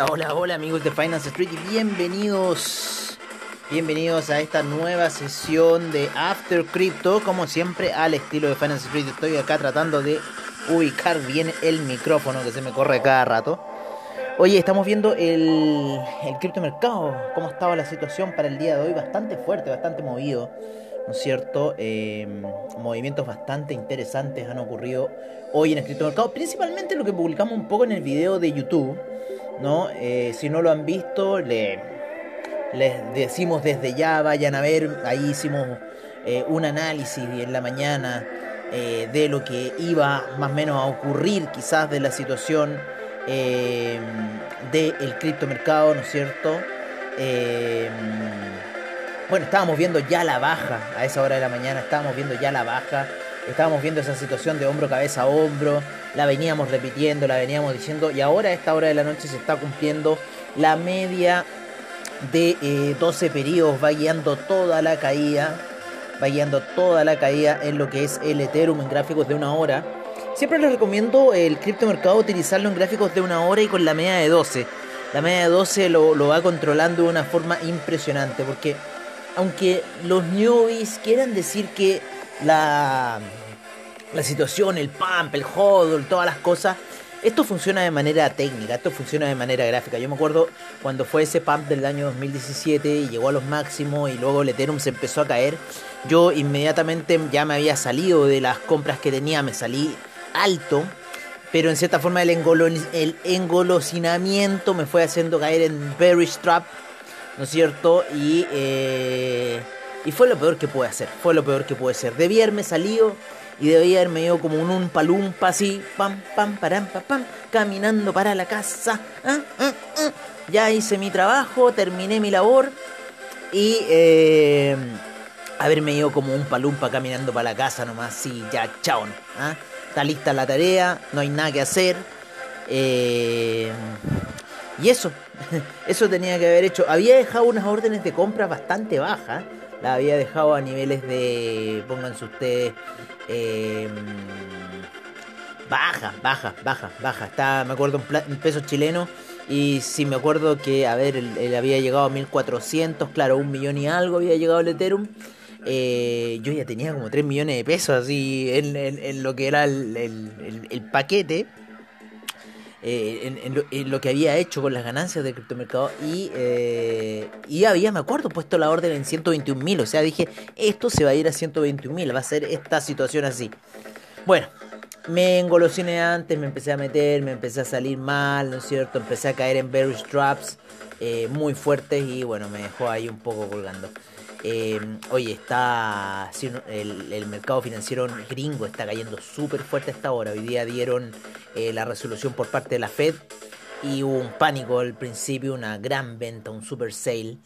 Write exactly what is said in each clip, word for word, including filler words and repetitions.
Hola, hola, hola amigos de Finance Street y bienvenidos, bienvenidos a esta nueva sesión de After Crypto, como siempre al estilo de Finance Street. Estoy acá tratando de ubicar bien el micrófono que se me corre cada rato. Oye, estamos viendo el, el criptomercado, cómo estaba la situación para el día de hoy, bastante fuerte, bastante movido, ¿no es cierto? Eh, movimientos bastante interesantes han ocurrido hoy en el criptomercado, principalmente lo que publicamos un poco en el video de YouTube, ¿no? Eh, si no lo han visto, le, les decimos desde ya, vayan a ver, ahí hicimos eh, un análisis en la mañana eh, de lo que iba más o menos a ocurrir quizás de la situación eh, del criptomercado, ¿no es cierto? Eh, bueno, estábamos viendo ya la baja a esa hora de la mañana, estábamos viendo ya la baja, estábamos viendo esa situación de hombro, cabeza a hombro, la veníamos repitiendo, la veníamos diciendo, y ahora a esta hora de la noche se está cumpliendo la media de eh, doce periodos, va guiando toda la caída, va guiando toda la caída en lo que es el Ethereum en gráficos de una hora. Siempre les recomiendo el criptomercado utilizarlo en gráficos de una hora y con la media de doce. La media de doce lo, lo va controlando de una forma impresionante, porque aunque los newbies quieran decir que la, la situación, el pump, el hodl, todas las cosas, esto funciona de manera técnica, esto funciona de manera gráfica. Yo me acuerdo cuando fue ese pump del año dos mil diecisiete y llegó a los máximos y luego el Ethereum se empezó a caer. Yo inmediatamente ya me había salido de las compras que tenía, me salí alto, pero en cierta forma el, engolo, el engolosinamiento me fue haciendo caer en bearish trap, ¿no es cierto? Y, eh, y fue lo peor que pude hacer, fue lo peor que pude hacer. Debía haberme salido y debía haberme ido como un umpalumpa así, pam, pam, param, pam, pam, caminando para la casa. ¿Ah? ¿Ah? ¿Ah? Ya hice mi trabajo, terminé mi labor y eh, haberme ido como un palumpa caminando para la casa nomás, sí, ya, chao. ¿Ah? Está lista la tarea, no hay nada que hacer. Eh, y eso, eso tenía que haber hecho. Había dejado unas órdenes de compra bastante bajas. La había dejado a niveles de, pónganse ustedes, eh, baja, baja, baja, baja. Está, me acuerdo, en, en pesos chilenos. Y sí, me acuerdo que, a ver, él, él había llegado a mil cuatrocientos, claro, un millón y algo había llegado el Ethereum. Eh, yo ya tenía como tres millones de pesos así en, en, en lo que era el, el, el, el paquete. Eh, en, en, lo, en, lo, que había hecho con las ganancias del criptomercado y, eh, y había, me acuerdo, puesto la orden en ciento veintiún mil, o sea, dije, esto se va a ir a ciento veintiún mil, va a ser esta situación así. Bueno, me engolosiné antes, me empecé a meter, me empecé a salir mal, ¿no es cierto? Empecé a caer en bearish traps eh, muy fuertes y bueno, me dejó ahí un poco colgando. Eh, oye, está el, el mercado financiero gringo está cayendo súper fuerte a esta hora. Hoy día dieron eh, la resolución por parte de la Fed y hubo un pánico al principio, una gran venta, un super sale.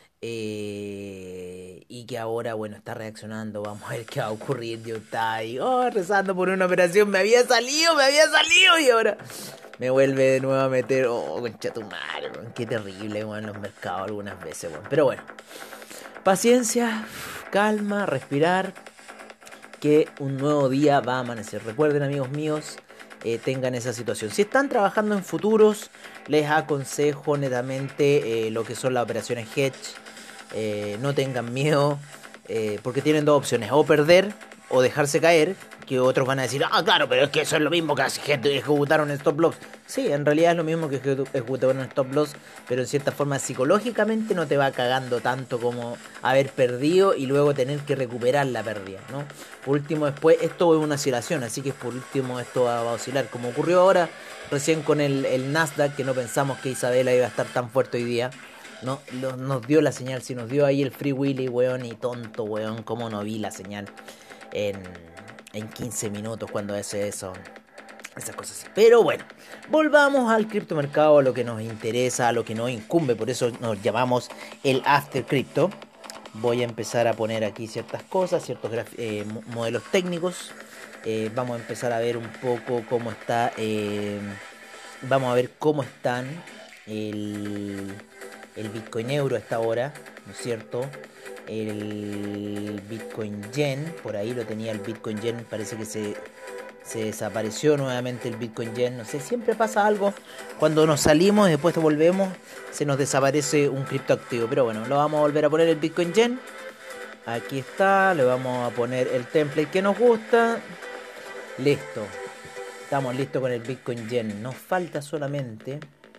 Eh, y que ahora, bueno, está reaccionando. Vamos a ver qué va a ocurrir. Yo estaba ahí, oh, rezando por una operación. Me había salido, me había salido y ahora me vuelve de nuevo a meter. Oh, concha tu madre, man, qué terrible, bueno, en los mercados algunas veces, bueno. Pero bueno. Paciencia, calma, respirar, que un nuevo día va a amanecer. Recuerden, amigos míos, eh, tengan esa situación. Si están trabajando en futuros, les aconsejo netamente eh, lo que son las operaciones hedge. Eh, no tengan miedo, eh, porque tienen dos opciones, o perder o dejarse caer, que otros van a decir, ah, claro, pero es que eso es lo mismo que ejecutaron en stop loss. Sí, en realidad es lo mismo que ejecutaron en stop loss, pero en cierta forma psicológicamente no te va cagando tanto como haber perdido y luego tener que recuperar la pérdida, ¿no? Por último, después, esto es una oscilación, así que por último esto va a oscilar, como ocurrió ahora, recién con el, el Nasdaq, que no pensamos que Isabela iba a estar tan fuerte hoy día. No, lo, nos dio la señal, si nos dio ahí el Free Willy, weón, y tonto, weón, como no vi la señal en, en quince minutos cuando hace eso, esas cosas así. Pero bueno, volvamos al criptomercado, a lo que nos interesa, a lo que nos incumbe, por eso nos llamamos el After Crypto. Voy a empezar a poner aquí ciertas cosas, ciertos eh, modelos técnicos. Eh, vamos a empezar a ver un poco cómo está, eh, vamos a ver cómo están el... el Bitcoin Euro a esta hora, ¿no es cierto? El Bitcoin Yen, por ahí lo tenía el Bitcoin Yen, parece que se, se desapareció nuevamente el Bitcoin Yen. No sé, siempre pasa algo. Cuando nos salimos y después volvemos, se nos desaparece un criptoactivo. Pero bueno, lo vamos a volver a poner el Bitcoin Yen. Aquí está, le vamos a poner el template que nos gusta. Listo. Estamos listos con el Bitcoin Yen. Nos falta solamente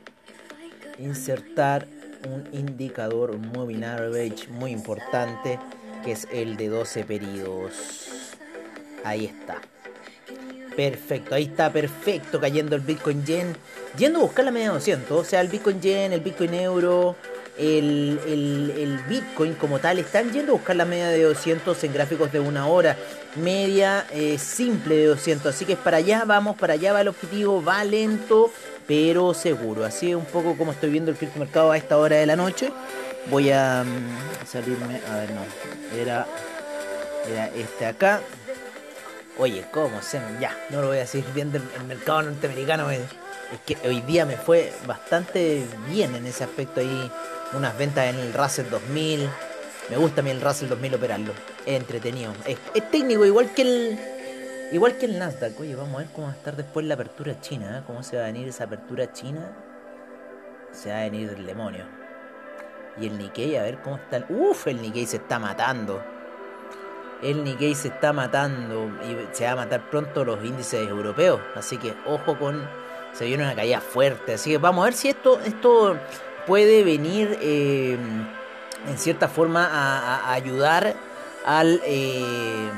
insertar un indicador Moving Average muy importante, que es el de doce periodos. Ahí está. Perfecto, ahí está perfecto cayendo el Bitcoin Yen. Yendo a buscar la media de doscientos. O sea, el Bitcoin Yen, el Bitcoin Euro, el, el, el Bitcoin como tal, están yendo a buscar la media de doscientos en gráficos de una hora. Media eh, simple de doscientos. Así que es para allá, vamos, para allá va el objetivo. Va lento, pero seguro. Así es un poco como estoy viendo el criptomercado a esta hora de la noche. Voy a um, salirme. A ver, no. Era, era este acá. Oye, ¿cómo se me... Ya, no lo voy a seguir viendo. El mercado norteamericano es, es que hoy día me fue bastante bien en ese aspecto. Ahí unas ventas en el Russell dos mil. Me gusta a mí el Russell dos mil operarlo. Es entretenido. Es, es técnico, igual que el igual que el Nasdaq. Oye, vamos a ver cómo va a estar después la apertura china. ¿eh? ¿Cómo se va a venir esa apertura china? Se va a venir el demonio. Y el Nikkei, a ver cómo está. El... Uf, el Nikkei se está matando. El Nikkei se está matando y se va a matar pronto los índices europeos. Así que ojo con... Se viene una caída fuerte. Así que vamos a ver si esto, esto puede venir eh, en cierta forma a, a ayudar al... Eh,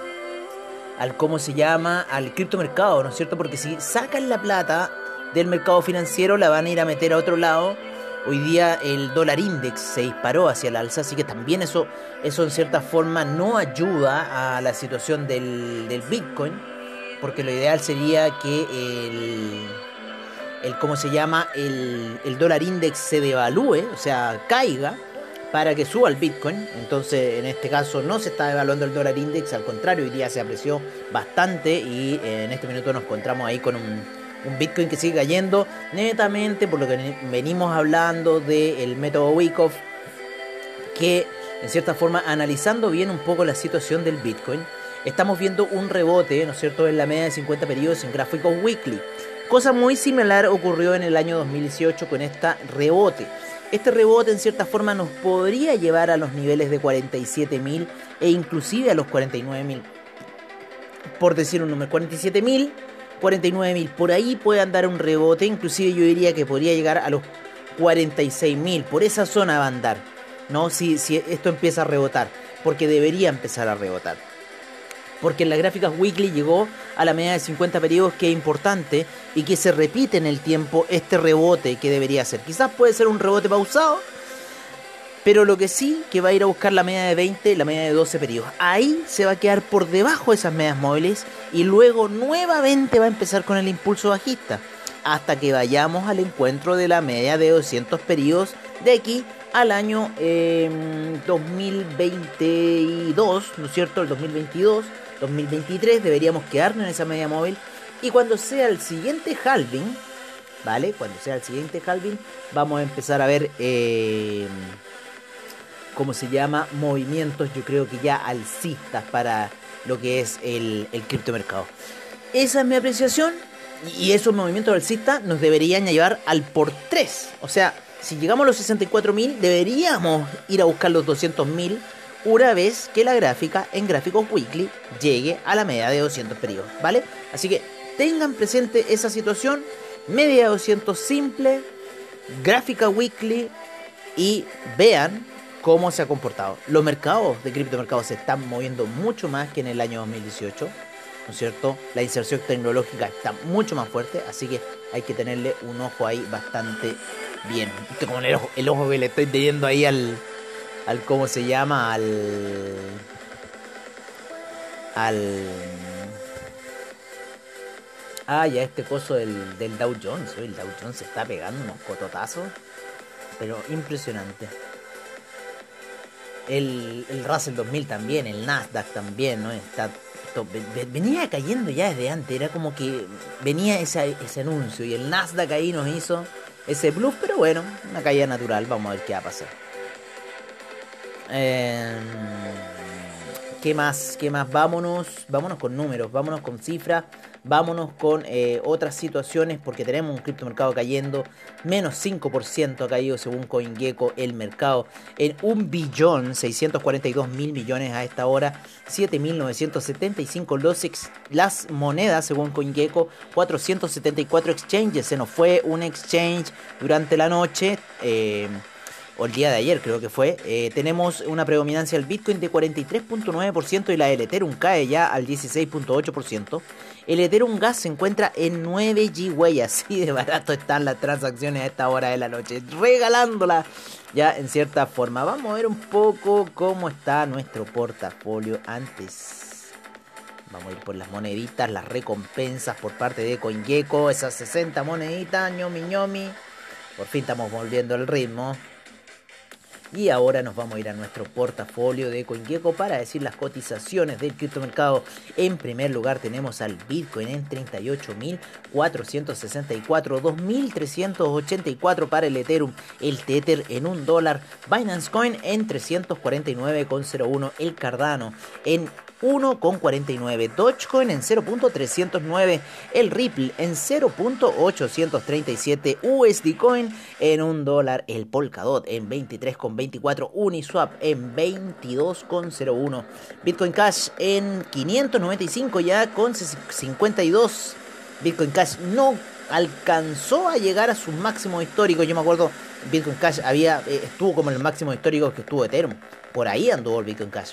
al cómo se llama, al criptomercado, ¿no es cierto? Porque si sacan la plata del mercado financiero, la van a ir a meter a otro lado. Hoy día el dólar index se disparó hacia el alza, así que también eso, eso en cierta forma no ayuda a la situación del, del Bitcoin, porque lo ideal sería que el, el ¿cómo se llama? El, el dólar index se devalúe, o sea, caiga, para que suba el Bitcoin. Entonces, en este caso no se está devaluando el dólar index, al contrario, hoy día se apreció bastante y en este minuto nos encontramos ahí con un... Un Bitcoin que sigue cayendo netamente por lo que venimos hablando del método Wyckoff, que en cierta forma, analizando bien un poco la situación del Bitcoin, estamos viendo un rebote, ¿no es cierto?, en la media de cincuenta periodos en gráficos weekly. Cosa muy similar ocurrió en el año dos mil dieciocho con este rebote. Este rebote en cierta forma nos podría llevar a los niveles de cuarenta y siete mil e inclusive a los cuarenta y nueve mil. Por decir un número, cuarenta y siete mil... cuarenta y nueve mil, por ahí puede andar un rebote, inclusive yo diría que podría llegar a los cuarenta y seis mil, por esa zona va a andar, ¿no? Si, si esto empieza a rebotar, porque debería empezar a rebotar. Porque en las gráficas weekly llegó a la media de cincuenta periodos, que es importante, y que se repite en el tiempo este rebote que debería ser. Quizás puede ser un rebote pausado, pero lo que sí, que va a ir a buscar la media de veinte, la media de doce periodos. Ahí se va a quedar por debajo de esas medias móviles y luego nuevamente va a empezar con el impulso bajista. Hasta que vayamos al encuentro de la media de doscientos periodos de aquí al año eh, dos mil veintidós, ¿no es cierto? El dos mil veintidós, dos mil veintitrés deberíamos quedarnos en esa media móvil. Y cuando sea el siguiente halving, ¿vale? Cuando sea el siguiente halving, vamos a empezar a ver... Eh, ¿Cómo se llama? Movimientos, yo creo que ya alcistas para lo que es el, el criptomercado. Esa es mi apreciación. Y esos movimientos alcistas nos deberían llevar al por tres. O sea, si llegamos a los sesenta y cuatro mil, deberíamos ir a buscar los doscientos mil una vez que la gráfica en gráficos weekly llegue a la media de doscientos periodos, ¿vale? Así que tengan presente esa situación. Media de doscientos simple, gráfica weekly, y vean cómo se ha comportado. Los mercados de criptomercados se están moviendo mucho más que en el año dos mil dieciocho, ¿no es cierto? La inserción tecnológica está mucho más fuerte, así que hay que tenerle un ojo ahí bastante bien. Esto como el ojo, el ojo que le estoy teniendo ahí al, al ¿cómo se llama? Al, al, ah, ya este coso del, del Dow Jones. El Dow Jones se está pegando unos cototazos, pero impresionante. El, el Russell dos mil también, el Nasdaq también, ¿no? Está, esto, venía cayendo ya desde antes, era como que venía ese, ese anuncio y el Nasdaq ahí nos hizo ese bluff, pero bueno, una caída natural, vamos a ver qué va a pasar. Eh, ¿Qué más? ¿Qué más? Vámonos, vámonos con números, vámonos con cifras, vámonos con eh, otras situaciones porque tenemos un criptomercado cayendo. Menos cinco por ciento ha caído según CoinGecko el mercado en un billón seiscientos cuarenta y dos mil millones a esta hora. siete mil novecientos setenta y cinco los ex, las monedas según CoinGecko. cuatrocientos setenta y cuatro exchanges. Se nos fue un exchange durante la noche. Eh, o el día de ayer creo que fue, eh, tenemos una predominancia del Bitcoin de cuarenta y tres punto nueve por ciento y la del Ethereum cae ya al dieciséis punto ocho por ciento. El Ethereum Gas se encuentra en nueve G Way, así de barato están las transacciones a esta hora de la noche, regalándola ya en cierta forma. Vamos a ver un poco cómo está nuestro portafolio antes. Vamos a ir por las moneditas, las recompensas por parte de CoinGecko, esas sesenta moneditas, ñomi ñomi. Por fin estamos volviendo al ritmo. Y ahora nos vamos a ir a nuestro portafolio de CoinGecko para decir las cotizaciones del criptomercado. En primer lugar tenemos al Bitcoin en treinta y ocho mil cuatrocientos sesenta y cuatro, dos mil trescientos ochenta y cuatro para el Ethereum, el Tether en un dólar, Binance Coin en trescientos cuarenta y nueve con cero uno, el Cardano en uno con cuarenta y nueve, Dogecoin en cero punto trescientos nueve, el Ripple en cero punto ochocientos treinta y siete, U S D Coin en un dólar, el Polkadot en veintitrés con veinticuatro, Uniswap en veintidós con cero uno, Bitcoin Cash en quinientos noventa y cinco ya con cincuenta y dos. Bitcoin Cash no alcanzó a llegar a sus máximos históricos. Yo me acuerdo, Bitcoin Cash había eh, estuvo como en el máximo histórico que estuvo Ethereum. Por ahí anduvo el Bitcoin Cash.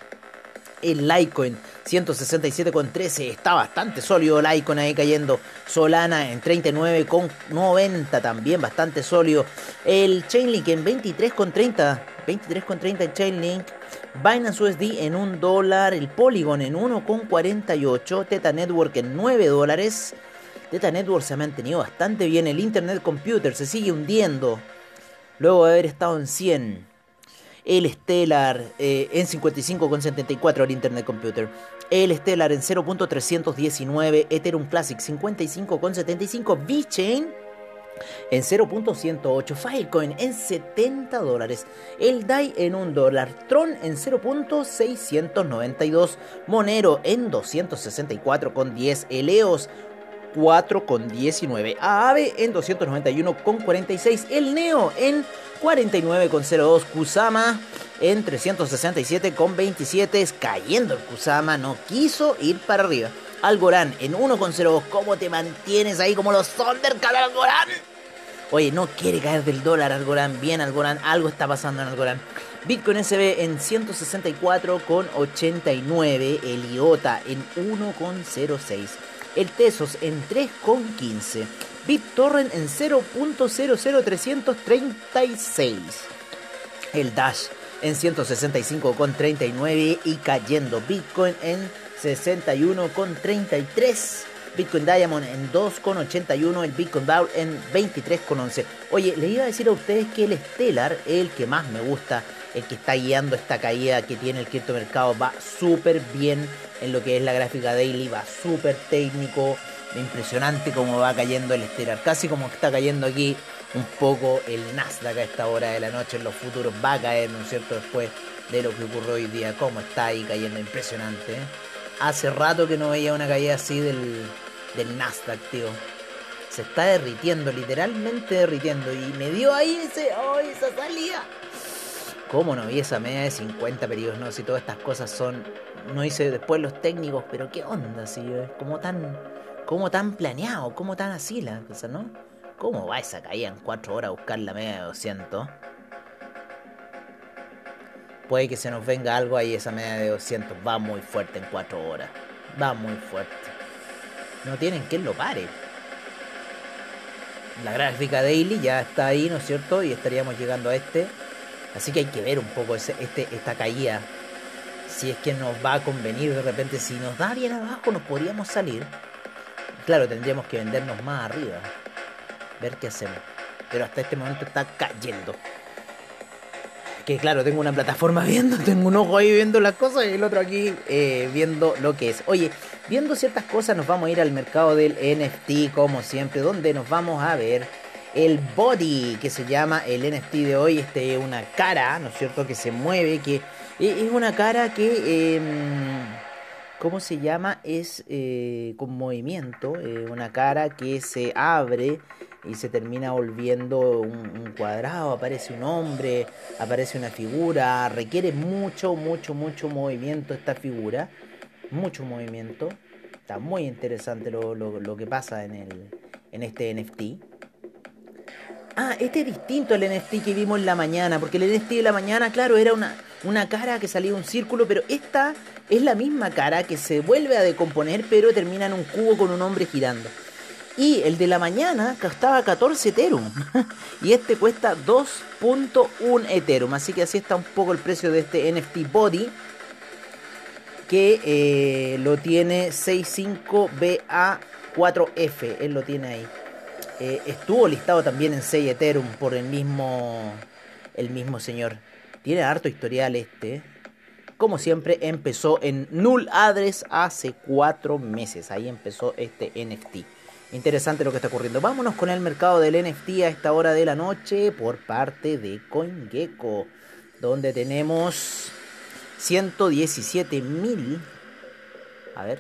El Litecoin ciento sesenta y siete con trece, está bastante sólido Litecoin ahí cayendo. Solana en treinta y nueve con noventa, también bastante sólido. El Chainlink en veintitrés con treinta, veintitrés con treinta el Chainlink. Binance U S D en un dólar, el Polygon en uno con cuarenta y ocho, Teta Network en nueve dólares. Teta Network se ha mantenido bastante bien, el Internet Computer se sigue hundiendo luego de haber estado en cien. El Stellar eh, en cincuenta y cinco con setenta y cuatro el Internet Computer. El Stellar en cero punto trescientos diecinueve. Ethereum Classic cincuenta y cinco con setenta y cinco. VeChain en cero punto ciento ocho. Filecoin en setenta dólares. El D A I en un dólar. Tron en cero punto seiscientos noventa y dos. Monero en doscientos sesenta y cuatro con diez. Eleos cuatro con diecinueve. Aave en doscientos noventa y uno con cuarenta y seis. El Neo en cuarenta y nueve con cero dos. Kusama en trescientos sesenta y siete con veintisiete. Es cayendo el Kusama, no quiso ir para arriba. Algorand en uno con cero dos. ¿Cómo te mantienes ahí como los Thundercats, Algorand? Oye, no quiere caer del dólar Algorand. Bien Algorand, algo está pasando en Algorand. Bitcoin S B en ciento sesenta y cuatro con ochenta y nueve. El I O T A en uno con cero seis. El Tesos en tres con quince. BitTorrent en cero punto cero cero trescientos treinta y seis. El Dash en ciento sesenta y cinco con treinta y nueve y cayendo. Bitcoin en sesenta y uno con treinta y tres. Bitcoin Diamond en dos con ochenta y uno. El Bitcoin Bowl en veintitrés con once. Oye, les iba a decir a ustedes que el Stellar, el que más me gusta, el que está guiando esta caída que tiene el criptomercado, va súper bien en lo que es la gráfica daily, va súper técnico, impresionante como va cayendo el Stellar, casi como está cayendo aquí un poco el Nasdaq a esta hora de la noche. En los futuros va a caer, ¿no es cierto?, después de lo que ocurrió hoy día. Cómo está ahí cayendo, impresionante, ¿eh? Hace rato que no veía una caída así del, del Nasdaq, tío. Se está derritiendo, literalmente derritiendo, y me dio ahí ese, oh, esa salida. ¿Cómo no vi esa media de cincuenta periodos? No, si todas estas cosas son, no hice después los técnicos, pero qué onda, si es como tan, como tan planeado, como tan así la cosa, ¿no? ¿Cómo va esa caída en cuatro horas a buscar la media de doscientos? Puede que se nos venga algo ahí, esa media de doscientos va muy fuerte en cuatro horas, va muy fuerte. No tienen quien lo pare. La gráfica daily ya está ahí, ¿no es cierto? Y estaríamos llegando a este. Así que hay que ver un poco ese, este, esta caída. Si es que nos va a convenir de repente. Si nos da bien abajo nos podríamos salir. Claro, tendríamos que vendernos más arriba. Ver qué hacemos. Pero hasta este momento está cayendo. Que claro, tengo una plataforma viendo. Tengo un ojo ahí viendo las cosas y el otro aquí eh, viendo lo que es. Oye, viendo ciertas cosas nos vamos a ir al mercado del N F T como siempre. Donde nos vamos a ver el body, que se llama el N F T de hoy. Este es una cara, ¿no es cierto?, que se mueve, que es una cara que, eh, ¿cómo se llama? Es eh, con movimiento, eh, una cara que se abre y se termina volviendo un, un cuadrado, aparece un hombre, aparece una figura, requiere mucho, mucho, mucho movimiento esta figura, mucho movimiento. Está muy interesante lo, lo, lo que pasa en, el, en este N F T. Ah, este es distinto al N F T que vimos en la mañana, porque el N F T de la mañana, claro, era una, una cara que salía un círculo, pero esta es la misma cara que se vuelve a decomponer, pero termina en un cubo con un hombre girando. Y el de la mañana costaba catorce Ethereum. Y este cuesta dos punto uno Ethereum. Así que así está un poco el precio de este N F T Body, que eh, lo tiene sesenta y cinco B A cuatro F. Él lo tiene ahí. Eh, estuvo listado también en seis Ethereum por el mismo, el mismo señor. Tiene harto historial este. Como siempre, empezó en Null Address hace cuatro meses. Ahí empezó este N F T. Interesante lo que está ocurriendo. Vámonos con el mercado del N F T a esta hora de la noche por parte de CoinGecko, donde tenemos ciento diecisiete mil. A ver.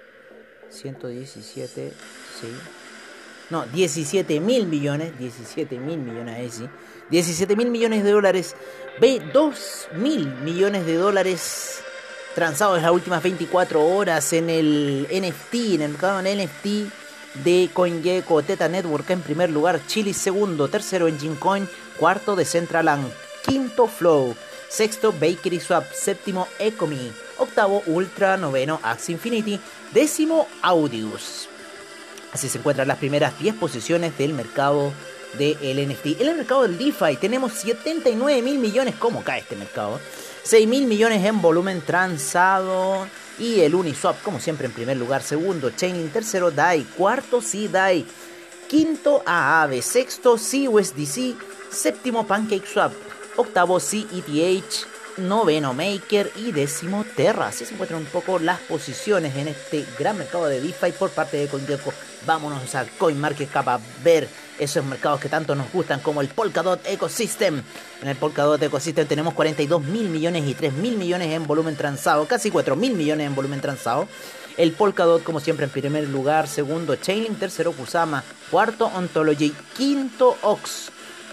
ciento diecisiete, sí. No, diecisiete mil millones. diecisiete mil millones ahí sí. diecisiete mil millones de dólares. Ve, dos mil millones de dólares transados en las últimas veinticuatro horas en el N F T, en el mercado en N F T de CoinGecko. Teta Network en primer lugar, Chili segundo, tercero Engine Coin, cuarto Decentraland, quinto Flow, sexto Bakery Swap, séptimo Ecomi, octavo Ultra, noveno Axie Infinity, décimo Audius. Así se encuentran las primeras diez posiciones del mercado del N F T. En el mercado del DeFi tenemos setenta y nueve mil millones. ¿Cómo cae este mercado? seis mil millones en volumen transado. Y el Uniswap, como siempre, en primer lugar. Segundo, Chainlink. Tercero, D A I. Cuarto, C-D A I. Quinto, Aave. Sexto, C U S D C. Séptimo, PancakeSwap. Octavo, C E T H. Noveno, Maker. Y décimo, Terra. Así se encuentran un poco las posiciones en este gran mercado de DeFi por parte de CoinGecko. Vámonos a CoinMarketCap a ver esos mercados que tanto nos gustan, como el Polkadot Ecosystem. En el Polkadot Ecosystem tenemos cuarenta y dos mil millones y tres mil millones en volumen transado, casi cuatro mil millones en volumen transado. El Polkadot, como siempre, en primer lugar. Segundo, Chainlink. Tercero, Kusama. Cuarto, Ontology. Quinto, Ox.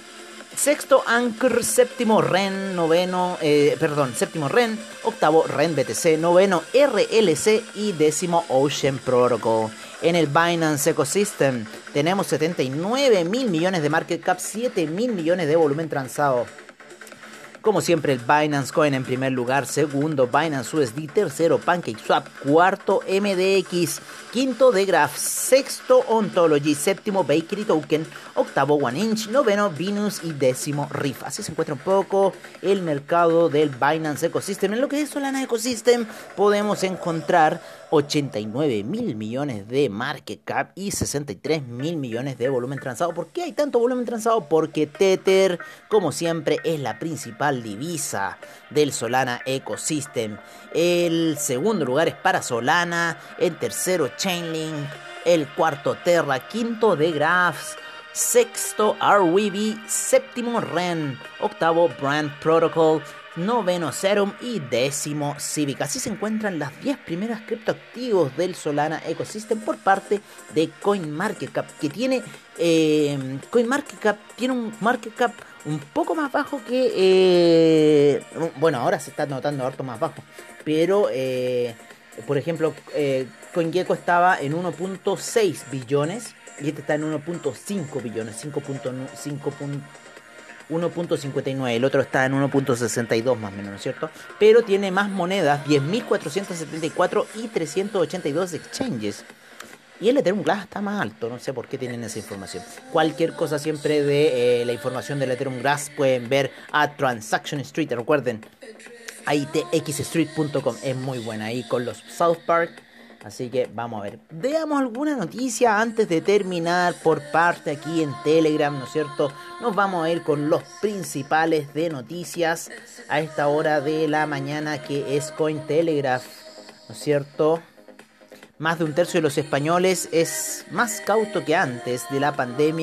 Sexto, Anchor. Séptimo, Ren. Noveno, eh, perdón, séptimo, Ren. Octavo, Ren B T C. Noveno, R L C. Y décimo, Ocean Protocol. En el Binance Ecosystem tenemos setenta y nueve mil millones de market cap, siete mil millones de volumen transado. Como siempre, el Binance Coin en primer lugar. Segundo, Binance U S D. Tercero, PancakeSwap. Cuarto, M D X. Quinto, TheGraph. Sexto, Ontology. Séptimo, Bakery Token. Octavo, OneInch. Noveno, Venus. Y décimo, Riff. Así se encuentra un poco el mercado del Binance Ecosystem. En lo que es Solana Ecosystem podemos encontrar ochenta y nueve mil millones de market cap y sesenta y tres mil millones de volumen transado. ¿Por qué hay tanto volumen transado? Porque Tether, como siempre, es la principal divisa del Solana Ecosystem. El segundo lugar es para Solana, el tercero Chainlink, el cuarto Terra, quinto TheGraph, sexto R W B, séptimo Ren, octavo Brand Protocol, noveno Serum y décimo Civic. Así se encuentran las diez primeras criptoactivos del Solana Ecosystem por parte de CoinMarketCap, que tiene eh, CoinMarketCap tiene un market cap un poco más bajo que eh, bueno, ahora se está notando harto más bajo, pero eh, por ejemplo, eh, CoinGecko estaba en uno punto seis billones y este está en uno punto cinco billones, cinco punto cinco uno punto cincuenta y nueve, el otro está en uno punto sesenta y dos más o menos, ¿no es cierto? Pero tiene más monedas, diez mil cuatrocientos setenta y cuatro y trescientos ochenta y dos exchanges. Y el Ethereum Glass está más alto, no sé por qué tienen esa información. Cualquier cosa siempre de eh, la información del Ethereum Glass pueden ver a Transaction Street, recuerden, a i t x street punto com, es muy buena ahí con los South Park. Así que vamos a ver, veamos alguna noticia antes de terminar por parte aquí en Telegram, ¿no es cierto? Nos vamos a ir con los principales de noticias a esta hora de la mañana, que es Cointelegraph, ¿no es cierto? Más de un tercio de los españoles es más cauto que antes de la pandemia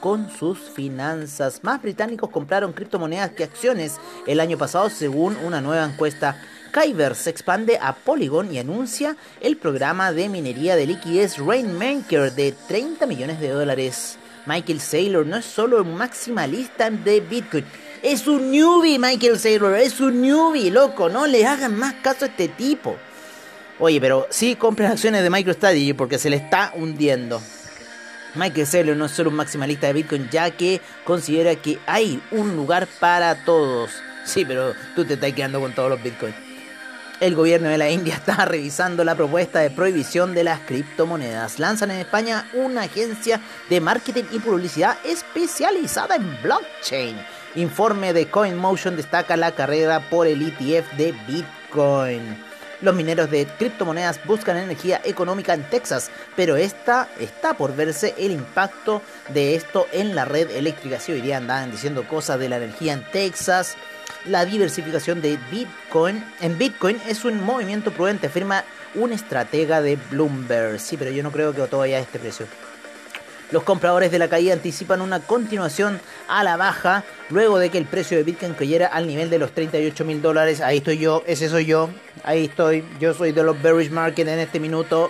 con sus finanzas. Más británicos compraron criptomonedas que acciones el año pasado, según una nueva encuesta. Kyber se expande a Polygon y anuncia el programa de minería de liquidez Rainmaker de treinta millones de dólares. Michael Saylor no es solo un maximalista de Bitcoin, es un newbie. Michael Saylor es un newbie, loco, no le hagan más caso a este tipo. Oye, pero sí compren acciones de MicroStrategy porque se le está hundiendo. Michael Saylor no es solo un maximalista de Bitcoin, ya que considera que hay un lugar para todos. Sí, pero tú te estás quedando con todos los Bitcoins. El gobierno de la India está revisando la propuesta de prohibición de las criptomonedas. Lanzan en España una agencia de marketing y publicidad especializada en blockchain. Informe de CoinMotion destaca la carrera por el E T F de Bitcoin. Los mineros de criptomonedas buscan energía económica en Texas, pero esta está por verse el impacto de esto en la red eléctrica. Si hoy día andaban diciendo cosas de la energía en Texas. La diversificación de Bitcoin en Bitcoin es un movimiento prudente, afirma un estratega de Bloomberg. Sí, pero yo no creo que todavía a este precio. Los compradores de la caída anticipan una continuación a la baja luego de que el precio de Bitcoin cayera al nivel de los treinta y ocho mil dólares. Ahí estoy yo, ese soy yo, ahí estoy, yo soy de los bearish market en este minuto.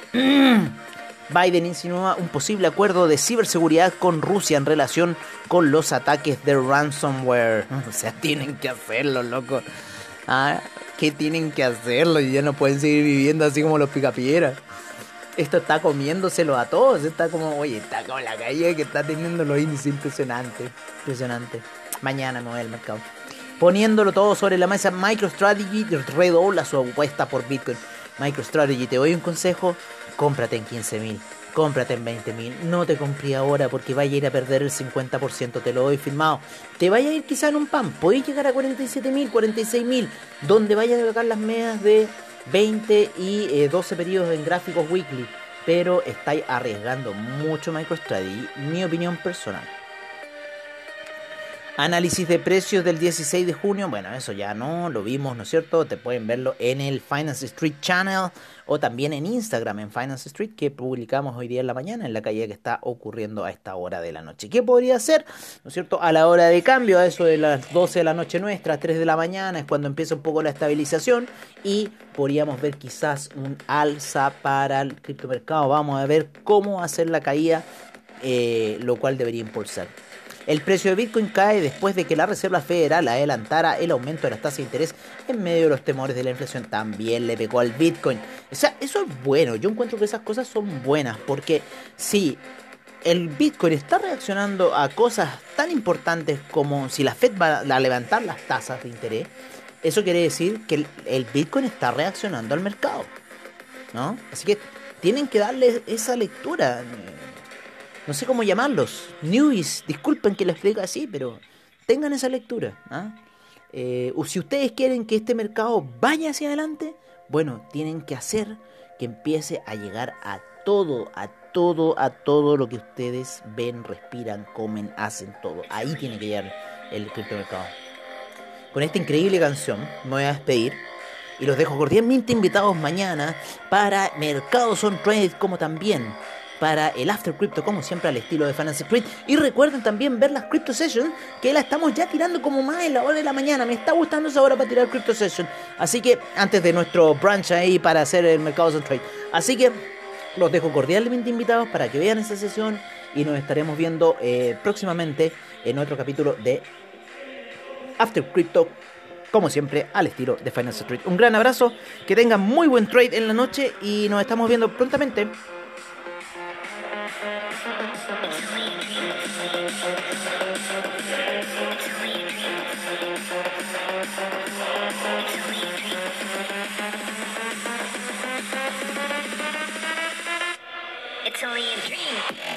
Biden insinúa un posible acuerdo de ciberseguridad con Rusia en relación con los ataques de ransomware. O sea, tienen que hacerlo, loco. Ah, ¿qué tienen que hacerlo? Y ya no pueden seguir viviendo así como los picapiedras. Esto está comiéndoselo a todos. Está como, oye, está como la calle que está teniendo los índices. Impresionante, impresionante. Mañana me voy al mercado. Poniéndolo todo sobre la mesa, MicroStrategy redobla su apuesta por Bitcoin. MicroStrategy, te doy un consejo: cómprate en quince mil, cómprate en veinte mil, no te compré ahora porque vaya a ir a perder el cincuenta por ciento, te lo doy firmado. Te vaya a ir quizá en un pan, podéis llegar a cuarenta y siete mil, cuarenta y seis mil, donde vayan a tocar las medias de veinte y eh, doce periodos en gráficos weekly, pero estáis arriesgando mucho MicroStrategy, mi opinión personal. Análisis de precios del dieciséis de junio, bueno, eso ya no, lo vimos, ¿no es cierto? Te pueden verlo en el Finance Street Channel o también en Instagram, en Finance Street, que publicamos hoy día en la mañana, en la caída que está ocurriendo a esta hora de la noche. ¿Qué podría ser, ¿no es cierto? A la hora de cambio, a eso de las doce de la noche nuestra, tres de la mañana, es cuando empieza un poco la estabilización y podríamos ver quizás un alza para el criptomercado. Vamos a ver cómo hacer la caída, eh, lo cual debería impulsar. El precio de Bitcoin cae después de que la Reserva Federal adelantara el aumento de las tasas de interés en medio de los temores de la inflación. También le pegó al Bitcoin. O sea, eso es bueno. Yo encuentro que esas cosas son buenas porque si el Bitcoin está reaccionando a cosas tan importantes como si la Fed va a levantar las tasas de interés, eso quiere decir que el, el Bitcoin está reaccionando al mercado, ¿no? Así que tienen que darle esa lectura. No sé cómo llamarlos, newbies, disculpen que lo explique así, pero tengan esa lectura. ¿ah? Eh, si ustedes quieren que este mercado vaya hacia adelante, bueno, tienen que hacer que empiece a llegar a todo, a todo, a todo lo que ustedes ven, respiran, comen, hacen, todo. Ahí tiene que llegar el criptomercado. Con esta increíble canción me voy a despedir y los dejo cordialmente invitados mañana para Mercados on Trade, como también para el After Crypto, como siempre, al estilo de Finance Street. Y recuerden también ver las Crypto Sessions, que la estamos ya tirando como más en la hora de la mañana. Me está gustando esa hora para tirar Crypto Session. Así que, antes de nuestro brunch ahí para hacer el Mercados on Trade. Así que, los dejo cordialmente invitados para que vean esa sesión. Y nos estaremos viendo eh, próximamente en otro capítulo de After Crypto, como siempre, al estilo de Finance Street. Un gran abrazo, que tengan muy buen trade en la noche y nos estamos viendo prontamente. It's only a dream.